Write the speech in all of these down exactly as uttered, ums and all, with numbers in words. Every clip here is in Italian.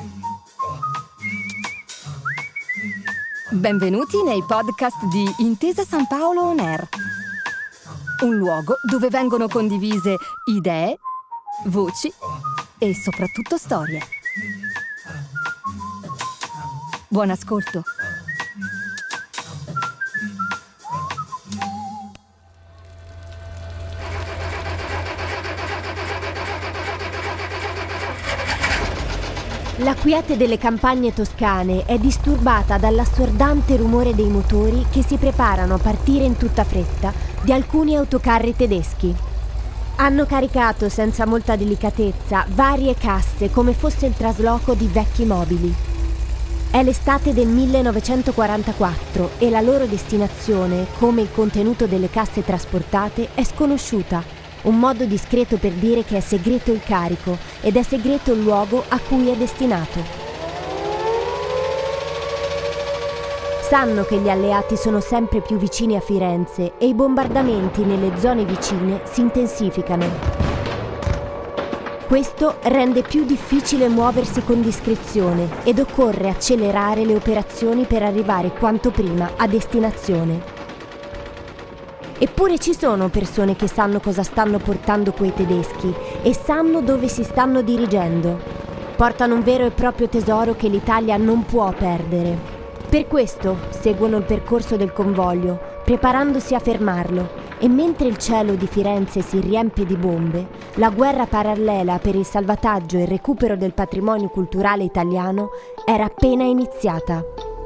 Benvenuti nei podcast di Intesa San Paolo On Air, un luogo dove vengono condivise idee, voci e soprattutto storie. Buon ascolto. La quiete delle campagne toscane è disturbata dall'assordante rumore dei motori che si preparano a partire in tutta fretta di alcuni autocarri tedeschi. Hanno caricato senza molta delicatezza varie casse come fosse il trasloco di vecchi mobili. È l'estate del millenovecentoquarantaquattro e la loro destinazione, come il contenuto delle casse trasportate, è sconosciuta. Un modo discreto per dire che è segreto il carico ed è segreto il luogo a cui è destinato. Sanno che gli alleati sono sempre più vicini a Firenze e i bombardamenti nelle zone vicine si intensificano. Questo rende più difficile muoversi con discrezione ed occorre accelerare le operazioni per arrivare quanto prima a destinazione. Eppure ci sono persone che sanno cosa stanno portando quei tedeschi e sanno dove si stanno dirigendo. Portano un vero e proprio tesoro che l'Italia non può perdere. Per questo seguono il percorso del convoglio, preparandosi a fermarlo, e mentre il cielo di Firenze si riempie di bombe, la guerra parallela per il salvataggio e il recupero del patrimonio culturale italiano era appena iniziata.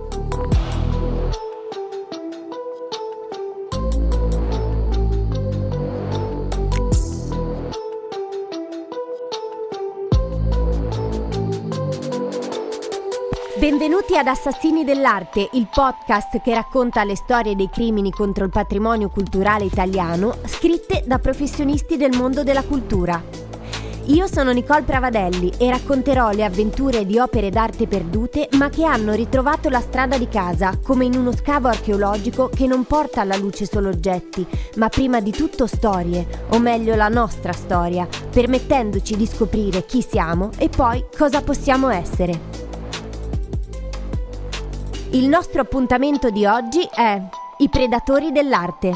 Benvenuti ad Assassini dell'Arte, il podcast che racconta le storie dei crimini contro il patrimonio culturale italiano, scritte da professionisti del mondo della cultura. Io sono Nicole Pravadelli e racconterò le avventure di opere d'arte perdute ma che hanno ritrovato la strada di casa, come in uno scavo archeologico che non porta alla luce solo oggetti, ma prima di tutto storie, o meglio la nostra storia, permettendoci di scoprire chi siamo e poi cosa possiamo essere. Il nostro appuntamento di oggi è I predatori dell'arte.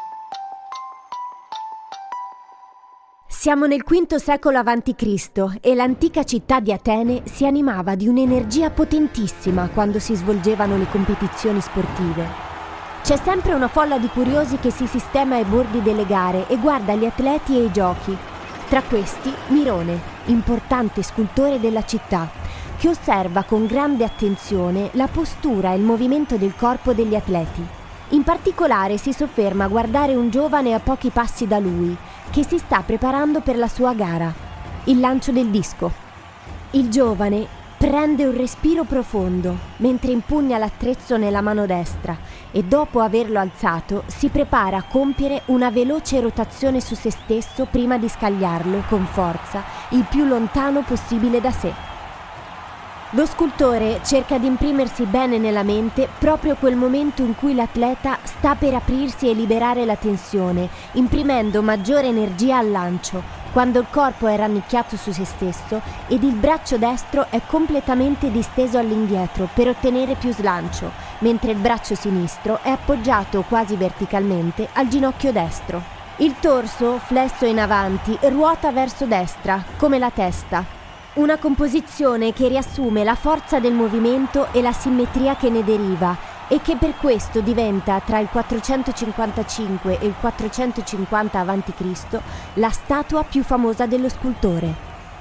Siamo nel quinto secolo avanti Cristo e l'antica città di Atene si animava di un'energia potentissima quando si svolgevano le competizioni sportive. C'è sempre una folla di curiosi che si sistema ai bordi delle gare e guarda gli atleti e i giochi. Tra questi Mirone, importante scultore della città, che osserva con grande attenzione la postura e il movimento del corpo degli atleti. In particolare si sofferma a guardare un giovane a pochi passi da lui, che si sta preparando per la sua gara, il lancio del disco. Il giovane prende un respiro profondo, mentre impugna l'attrezzo nella mano destra e dopo averlo alzato si prepara a compiere una veloce rotazione su se stesso prima di scagliarlo con forza il più lontano possibile da sé. Lo scultore cerca di imprimersi bene nella mente proprio quel momento in cui l'atleta sta per aprirsi e liberare la tensione, imprimendo maggiore energia al lancio, quando il corpo è rannicchiato su se stesso ed il braccio destro è completamente disteso all'indietro per ottenere più slancio, mentre il braccio sinistro è appoggiato quasi verticalmente al ginocchio destro. Il torso, flesso in avanti, ruota verso destra, come la testa. Una composizione che riassume la forza del movimento e la simmetria che ne deriva e che per questo diventa tra il quattrocentocinquantacinque e il quattrocentocinquanta avanti Cristo la statua più famosa dello scultore.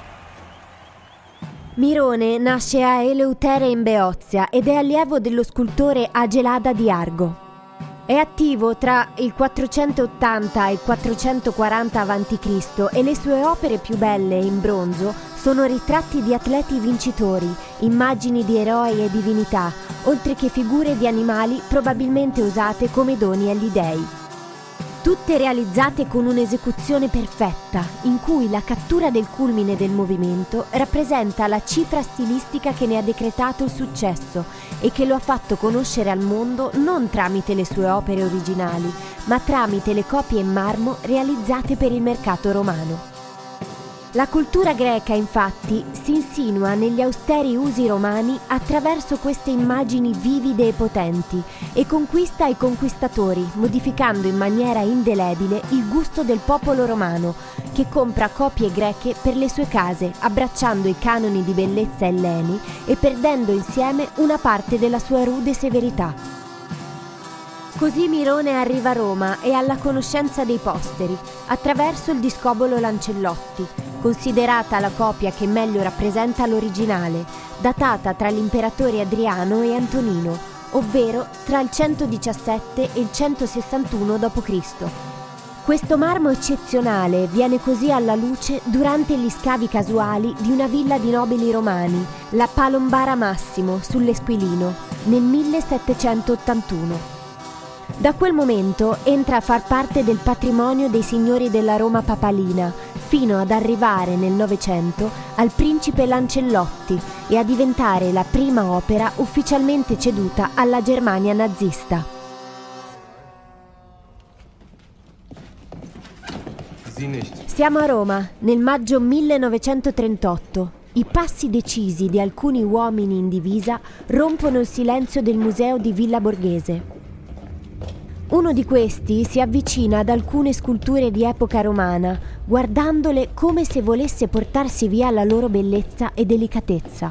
Mirone nasce a Eleutere in Beozia ed è allievo dello scultore Agelada di Argo. È attivo tra il quattrocentottanta e il quattrocentoquaranta avanti Cristo e le sue opere più belle in bronzo sono ritratti di atleti vincitori, immagini di eroi e divinità, oltre che figure di animali probabilmente usate come doni agli dei. Tutte realizzate con un'esecuzione perfetta, in cui la cattura del culmine del movimento rappresenta la cifra stilistica che ne ha decretato il successo e che lo ha fatto conoscere al mondo non tramite le sue opere originali, ma tramite le copie in marmo realizzate per il mercato romano. La cultura greca, infatti, si insinua negli austeri usi romani attraverso queste immagini vivide e potenti e conquista i conquistatori, modificando in maniera indelebile il gusto del popolo romano, che compra copie greche per le sue case, abbracciando i canoni di bellezza elleni e perdendo insieme una parte della sua rude severità. Così Mirone arriva a Roma e alla conoscenza dei posteri, attraverso il discobolo Lancellotti, considerata la copia che meglio rappresenta l'originale, datata tra l'imperatore Adriano e Antonino, ovvero tra il centodiciassette e il centosessantuno dopo Cristo Questo marmo eccezionale viene così alla luce durante gli scavi casuali di una villa di nobili romani, la Palombara Massimo, sull'Esquilino, nel millesettecentottantuno. Da quel momento entra a far parte del patrimonio dei signori della Roma papalina, fino ad arrivare nel Novecento al principe Lancellotti e a diventare la prima opera ufficialmente ceduta alla Germania nazista. Siamo a Roma, nel maggio millenovecentotrentotto. I passi decisi di alcuni uomini in divisa rompono il silenzio del museo di Villa Borghese. Uno di questi si avvicina ad alcune sculture di epoca romana, guardandole come se volesse portarsi via la loro bellezza e delicatezza.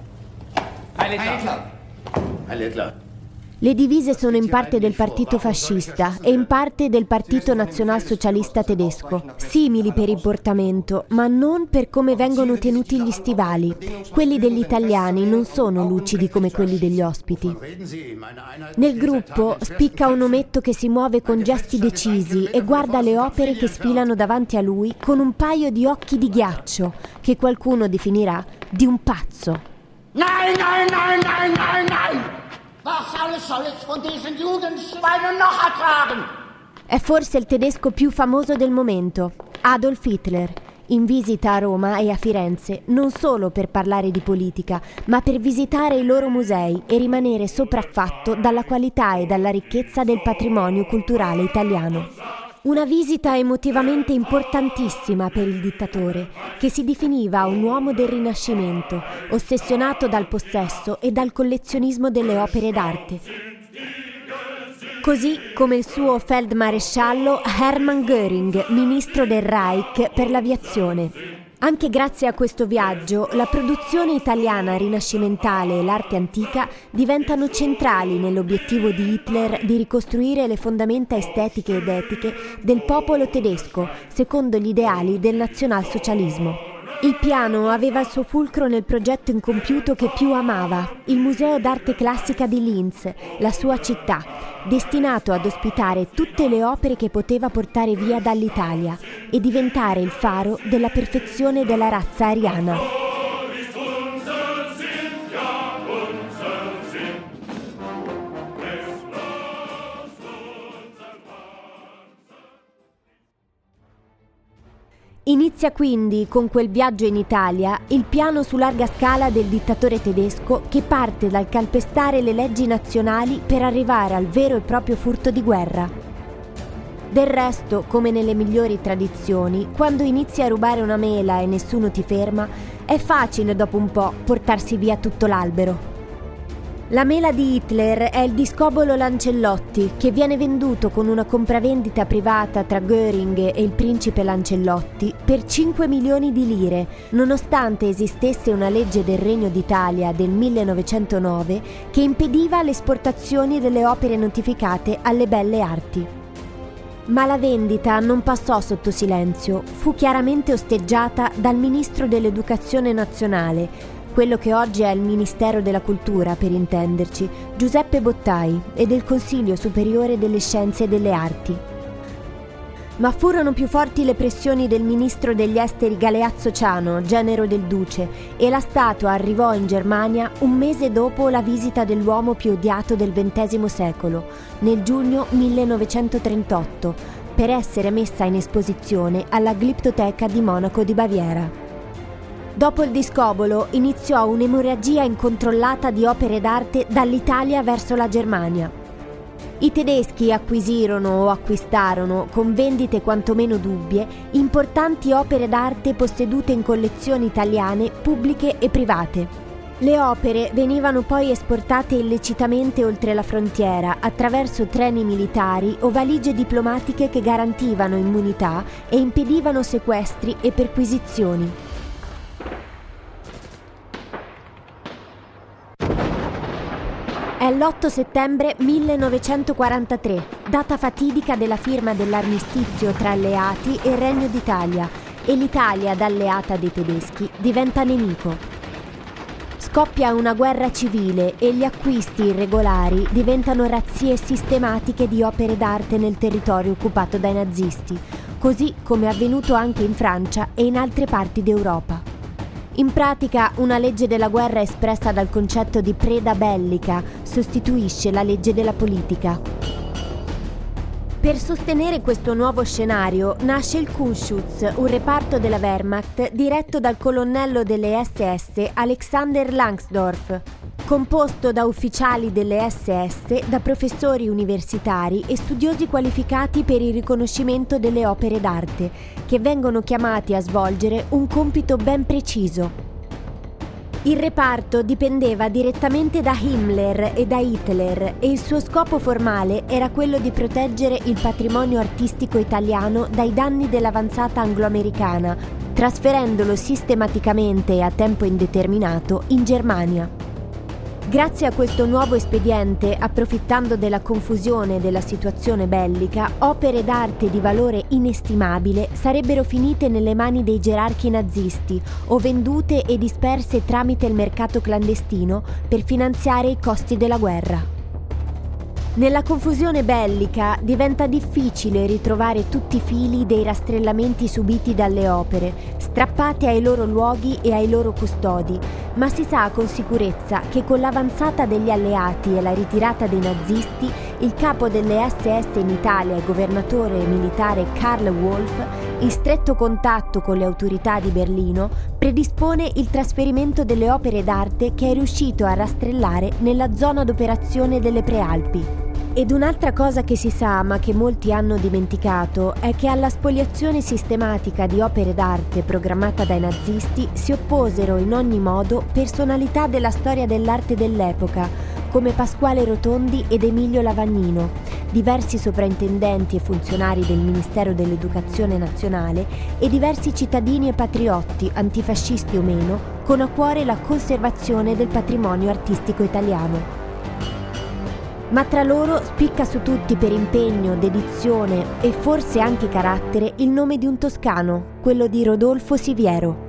Le divise sono in parte del partito fascista e in parte del partito nazionalsocialista tedesco, simili per il portamento, ma non per come vengono tenuti gli stivali. Quelli degli italiani non sono lucidi come quelli degli ospiti. Nel gruppo spicca un ometto che si muove con gesti decisi e guarda le opere che sfilano davanti a lui con un paio di occhi di ghiaccio, che qualcuno definirà di un pazzo. Nein, nein, nein, nein, nein, nein! Was alles soll ich von diesen Judenschweinen noch ertragen? È forse il tedesco più famoso del momento, Adolf Hitler, in visita a Roma e a Firenze non solo per parlare di politica, ma per visitare i loro musei e rimanere sopraffatto dalla qualità e dalla ricchezza del patrimonio culturale italiano. Una visita emotivamente importantissima per il dittatore, che si definiva un uomo del Rinascimento, ossessionato dal possesso e dal collezionismo delle opere d'arte. Così come il suo feldmaresciallo Hermann Göring, ministro del Reich per l'aviazione. Anche grazie a questo viaggio, la produzione italiana rinascimentale e l'arte antica diventano centrali nell'obiettivo di Hitler di ricostruire le fondamenta estetiche ed etiche del popolo tedesco, secondo gli ideali del nazionalsocialismo. Il piano aveva il suo fulcro nel progetto incompiuto che più amava, il Museo d'arte classica di Linz, la sua città, destinato ad ospitare tutte le opere che poteva portare via dall'Italia e diventare il faro della perfezione della razza ariana. Inizia quindi, con quel viaggio in Italia, il piano su larga scala del dittatore tedesco che parte dal calpestare le leggi nazionali per arrivare al vero e proprio furto di guerra. Del resto, come nelle migliori tradizioni, quando inizi a rubare una mela e nessuno ti ferma, è facile dopo un po' portarsi via tutto l'albero. La mela di Hitler è il discobolo Lancellotti, che viene venduto con una compravendita privata tra Göring e il principe Lancellotti per cinque milioni di lire, nonostante esistesse una legge del Regno d'Italia del millenovecentonove che impediva le esportazioni delle opere notificate alle belle arti. Ma la vendita non passò sotto silenzio, fu chiaramente osteggiata dal ministro dell'Educazione Nazionale, quello che oggi è il Ministero della Cultura, per intenderci, Giuseppe Bottai, e del Consiglio Superiore delle Scienze e delle Arti. Ma furono più forti le pressioni del ministro degli esteri Galeazzo Ciano, genero del duce, e la statua arrivò in Germania un mese dopo la visita dell'uomo più odiato del ventesimo secolo, nel giugno millenovecentotrentotto, per essere messa in esposizione alla Glyptoteca di Monaco di Baviera. Dopo il discobolo iniziò un'emorragia incontrollata di opere d'arte dall'Italia verso la Germania. I tedeschi acquisirono o acquistarono, con vendite quantomeno dubbie, importanti opere d'arte possedute in collezioni italiane pubbliche e private. Le opere venivano poi esportate illecitamente oltre la frontiera attraverso treni militari o valigie diplomatiche che garantivano immunità e impedivano sequestri e perquisizioni. È l'otto settembre millenovecentoquarantatré, data fatidica della firma dell'armistizio tra alleati e Regno d'Italia, e l'Italia, da alleata dei tedeschi, diventa nemico. Scoppia una guerra civile e gli acquisti irregolari diventano razzie sistematiche di opere d'arte nel territorio occupato dai nazisti, così come è avvenuto anche in Francia e in altre parti d'Europa. In pratica, una legge della guerra espressa dal concetto di preda bellica sostituisce la legge della politica. Per sostenere questo nuovo scenario nasce il Kunstschutz, un reparto della Wehrmacht diretto dal colonnello delle S S Alexander Langsdorff, composto da ufficiali delle S S, da professori universitari e studiosi qualificati per il riconoscimento delle opere d'arte, che vengono chiamati a svolgere un compito ben preciso. Il reparto dipendeva direttamente da Himmler e da Hitler e il suo scopo formale era quello di proteggere il patrimonio artistico italiano dai danni dell'avanzata anglo-americana, trasferendolo sistematicamente e a tempo indeterminato in Germania. Grazie a questo nuovo espediente, approfittando della confusione della situazione bellica, opere d'arte di valore inestimabile sarebbero finite nelle mani dei gerarchi nazisti o vendute e disperse tramite il mercato clandestino per finanziare i costi della guerra. Nella confusione bellica diventa difficile ritrovare tutti i fili dei rastrellamenti subiti dalle opere, strappate ai loro luoghi e ai loro custodi, ma si sa con sicurezza che con l'avanzata degli alleati e la ritirata dei nazisti, il capo delle S S in Italia e governatore militare Karl Wolff, in stretto contatto con le autorità di Berlino, predispone il trasferimento delle opere d'arte che è riuscito a rastrellare nella zona d'operazione delle Prealpi. Ed un'altra cosa che si sa, ma che molti hanno dimenticato, è che alla spoliazione sistematica di opere d'arte programmata dai nazisti si opposero in ogni modo personalità della storia dell'arte dell'epoca, come Pasquale Rotondi ed Emilio Lavagnino, diversi sovrintendenti e funzionari del Ministero dell'Educazione Nazionale e diversi cittadini e patriotti, antifascisti o meno, con a cuore la conservazione del patrimonio artistico italiano. Ma tra loro spicca su tutti per impegno, dedizione e forse anche carattere il nome di un toscano, quello di Rodolfo Siviero.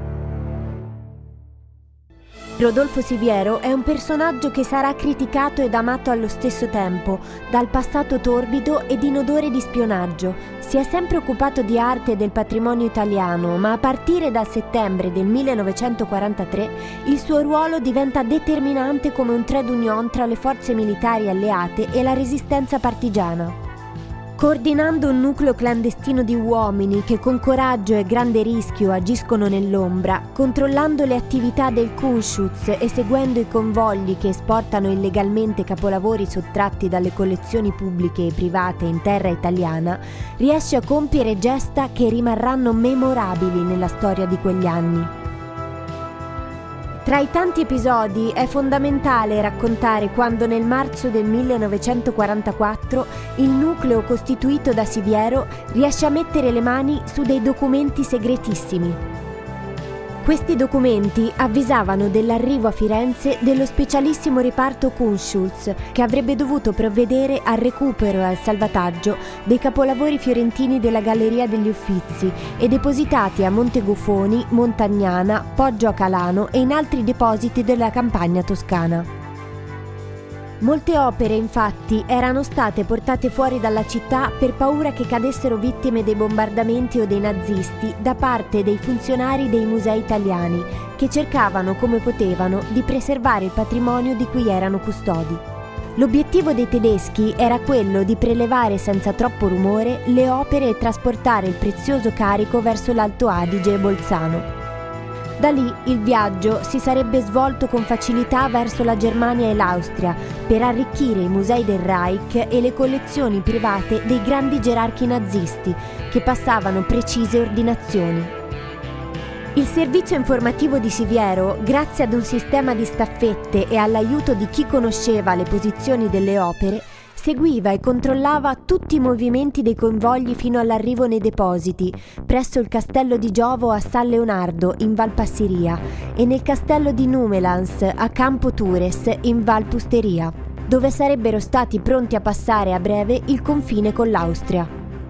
Rodolfo Siviero è un personaggio che sarà criticato ed amato allo stesso tempo, dal passato torbido ed in odore di spionaggio. Si è sempre occupato di arte e del patrimonio italiano, ma a partire dal settembre del millenovecentoquarantatré il suo ruolo diventa determinante come un trade union tra le forze militari alleate e la resistenza partigiana. Coordinando un nucleo clandestino di uomini che con coraggio e grande rischio agiscono nell'ombra, controllando le attività del Kunstschutz e seguendo i convogli che esportano illegalmente capolavori sottratti dalle collezioni pubbliche e private in terra italiana, riesce a compiere gesta che rimarranno memorabili nella storia di quegli anni. Tra i tanti episodi è fondamentale raccontare quando nel marzo del millenovecentoquarantaquattro il nucleo costituito da Siviero riesce a mettere le mani su dei documenti segretissimi. Questi documenti avvisavano dell'arrivo a Firenze dello specialissimo reparto Kunstschutz, che avrebbe dovuto provvedere al recupero e al salvataggio dei capolavori fiorentini della Galleria degli Uffizi e depositati a Monteguffoni, Montagnana, Poggio a Calano e in altri depositi della campagna toscana. Molte opere, infatti, erano state portate fuori dalla città per paura che cadessero vittime dei bombardamenti o dei nazisti da parte dei funzionari dei musei italiani, che cercavano come potevano di preservare il patrimonio di cui erano custodi. L'obiettivo dei tedeschi era quello di prelevare senza troppo rumore le opere e trasportare il prezioso carico verso l'Alto Adige e Bolzano. Da lì il viaggio si sarebbe svolto con facilità verso la Germania e l'Austria per arricchire i musei del Reich e le collezioni private dei grandi gerarchi nazisti che passavano precise ordinazioni. Il servizio informativo di Siviero, grazie ad un sistema di staffette e all'aiuto di chi conosceva le posizioni delle opere, seguiva e controllava tutti i movimenti dei convogli fino all'arrivo nei depositi, presso il castello di Giovo a San Leonardo in Val Passiria e nel castello di Numelans a Campo Tures in Val Pusteria, dove sarebbero stati pronti a passare a breve il confine con l'Austria.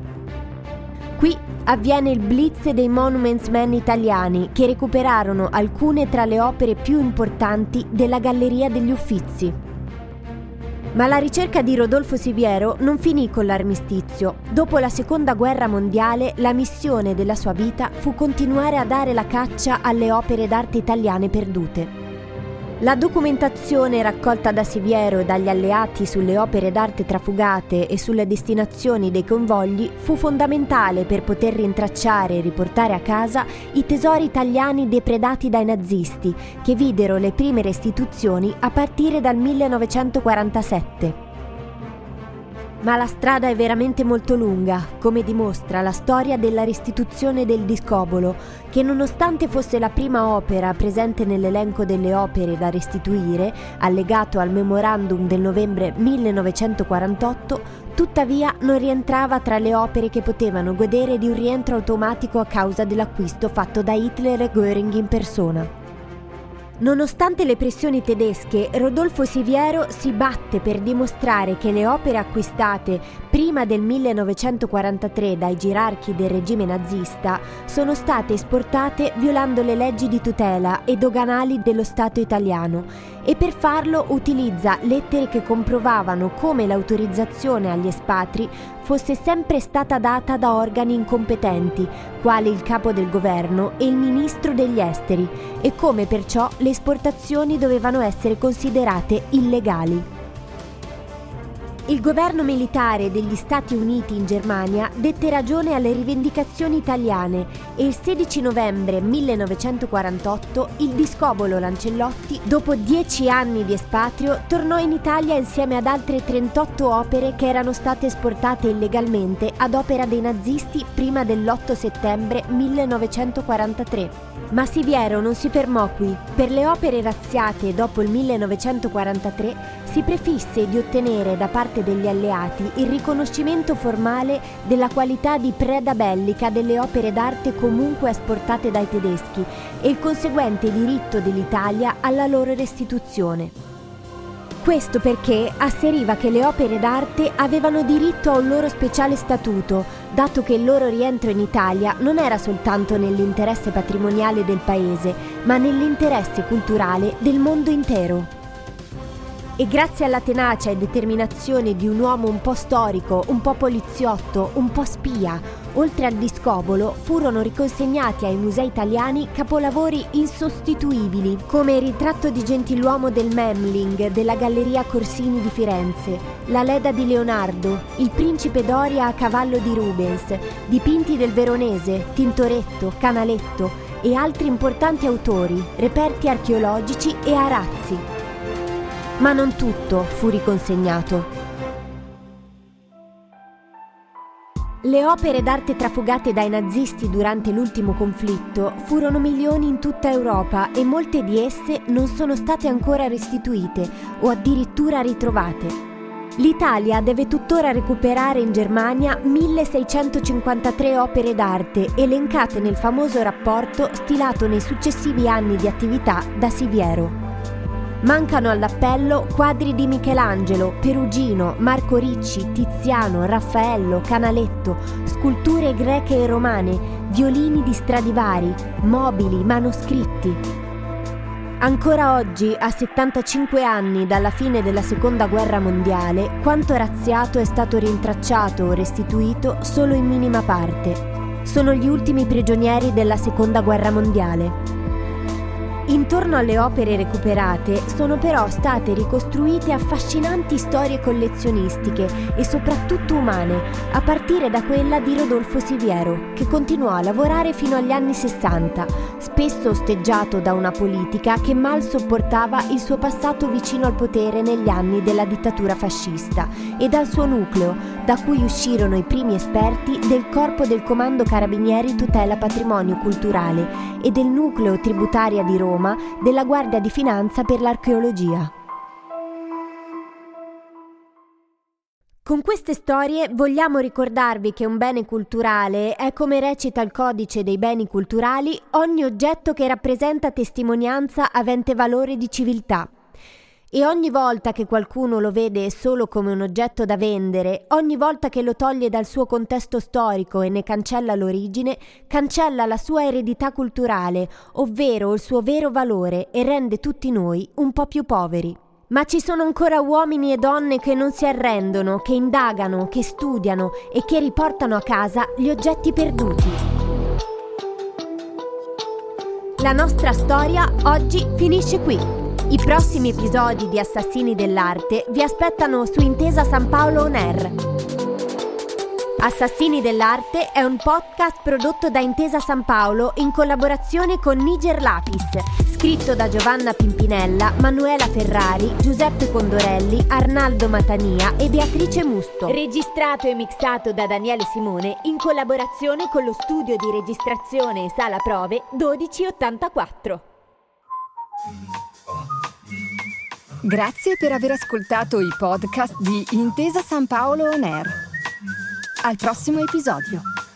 Qui avviene il blitz dei Monuments Men italiani che recuperarono alcune tra le opere più importanti della Galleria degli Uffizi. Ma la ricerca di Rodolfo Siviero non finì con l'armistizio. Dopo la Seconda Guerra Mondiale, la missione della sua vita fu continuare a dare la caccia alle opere d'arte italiane perdute. La documentazione raccolta da Siviero e dagli alleati sulle opere d'arte trafugate e sulle destinazioni dei convogli fu fondamentale per poter rintracciare e riportare a casa i tesori italiani depredati dai nazisti, che videro le prime restituzioni a partire dal millenovecentoquarantasette. Ma la strada è veramente molto lunga, come dimostra la storia della restituzione del Discobolo, che nonostante fosse la prima opera presente nell'elenco delle opere da restituire, allegato al memorandum del novembre millenovecentoquarantotto, tuttavia non rientrava tra le opere che potevano godere di un rientro automatico a causa dell'acquisto fatto da Hitler e Göring in persona. Nonostante le pressioni tedesche, Rodolfo Siviero si batte per dimostrare che le opere acquistate prima del millenovecentoquarantatré dai gerarchi del regime nazista sono state esportate violando le leggi di tutela e doganali dello Stato italiano, e per farlo utilizza lettere che comprovavano come l'autorizzazione agli espatri fosse sempre stata data da organi incompetenti, quali il capo del governo e il ministro degli esteri, e come perciò le esportazioni dovevano essere considerate illegali. Il governo militare degli Stati Uniti in Germania dette ragione alle rivendicazioni italiane e il sedici novembre millenovecentoquarantotto il Discobolo Lancellotti, dopo dieci anni di espatrio, tornò in Italia insieme ad altre trentotto opere che erano state esportate illegalmente ad opera dei nazisti prima dell'otto settembre millenovecentoquarantatré. Ma Siviero non si fermò qui. Per le opere razziate dopo il millenovecentoquarantatré si prefisse di ottenere da parte degli alleati il riconoscimento formale della qualità di preda bellica delle opere d'arte comunque esportate dai tedeschi e il conseguente diritto dell'Italia alla loro restituzione. Questo perché asseriva che le opere d'arte avevano diritto a un loro speciale statuto, dato che il loro rientro in Italia non era soltanto nell'interesse patrimoniale del paese, ma nell'interesse culturale del mondo intero. E grazie alla tenacia e determinazione di un uomo un po' storico, un po' poliziotto, un po' spia, oltre al Discobolo furono riconsegnati ai musei italiani capolavori insostituibili, come il ritratto di gentiluomo del Memling della Galleria Corsini di Firenze, la Leda di Leonardo, il Principe Doria a cavallo di Rubens, dipinti del Veronese, Tintoretto, Canaletto e altri importanti autori, reperti archeologici e arazzi. Ma non tutto fu riconsegnato. Le opere d'arte trafugate dai nazisti durante l'ultimo conflitto furono milioni in tutta Europa e molte di esse non sono state ancora restituite o addirittura ritrovate. L'Italia deve tuttora recuperare in Germania milleseicentocinquantatré opere d'arte elencate nel famoso rapporto stilato nei successivi anni di attività da Siviero. Mancano all'appello quadri di Michelangelo, Perugino, Marco Ricci, Tiziano, Raffaello, Canaletto, sculture greche e romane, violini di Stradivari, mobili, manoscritti. Ancora oggi, a settantacinque anni dalla fine della Seconda Guerra Mondiale, quanto razziato è stato rintracciato o restituito solo in minima parte. Sono gli ultimi prigionieri della Seconda Guerra Mondiale. Intorno alle opere recuperate sono però state ricostruite affascinanti storie collezionistiche e soprattutto umane, a partire da quella di Rodolfo Siviero, che continuò a lavorare fino agli anni sessanta, spesso osteggiato da una politica che mal sopportava il suo passato vicino al potere negli anni della dittatura fascista, e dal suo nucleo, da cui uscirono i primi esperti del Corpo del Comando Carabinieri Tutela Patrimonio Culturale e del Nucleo Tributaria di Roma della Guardia di Finanza per l'Archeologia. Con queste storie vogliamo ricordarvi che un bene culturale è, come recita il Codice dei beni culturali, ogni oggetto che rappresenta testimonianza avente valore di civiltà. E ogni volta che qualcuno lo vede solo come un oggetto da vendere, ogni volta che lo toglie dal suo contesto storico e ne cancella l'origine, cancella la sua eredità culturale, ovvero il suo vero valore, e rende tutti noi un po' più poveri. Ma ci sono ancora uomini e donne che non si arrendono, che indagano, che studiano e che riportano a casa gli oggetti perduti. La nostra storia oggi finisce qui. I prossimi episodi di Assassini dell'Arte vi aspettano su Intesa San Paolo On Air. Assassini dell'Arte è un podcast prodotto da Intesa San Paolo in collaborazione con Niger Lapis, scritto da Giovanna Pimpinella, Manuela Ferrari, Giuseppe Condorelli, Arnaldo Matania e Beatrice Musto. Registrato e mixato da Daniele Simone in collaborazione con lo studio di registrazione e sala prove dodici ottantaquattro. Grazie per aver ascoltato i podcast di Intesa San Paolo On Air. Al prossimo episodio.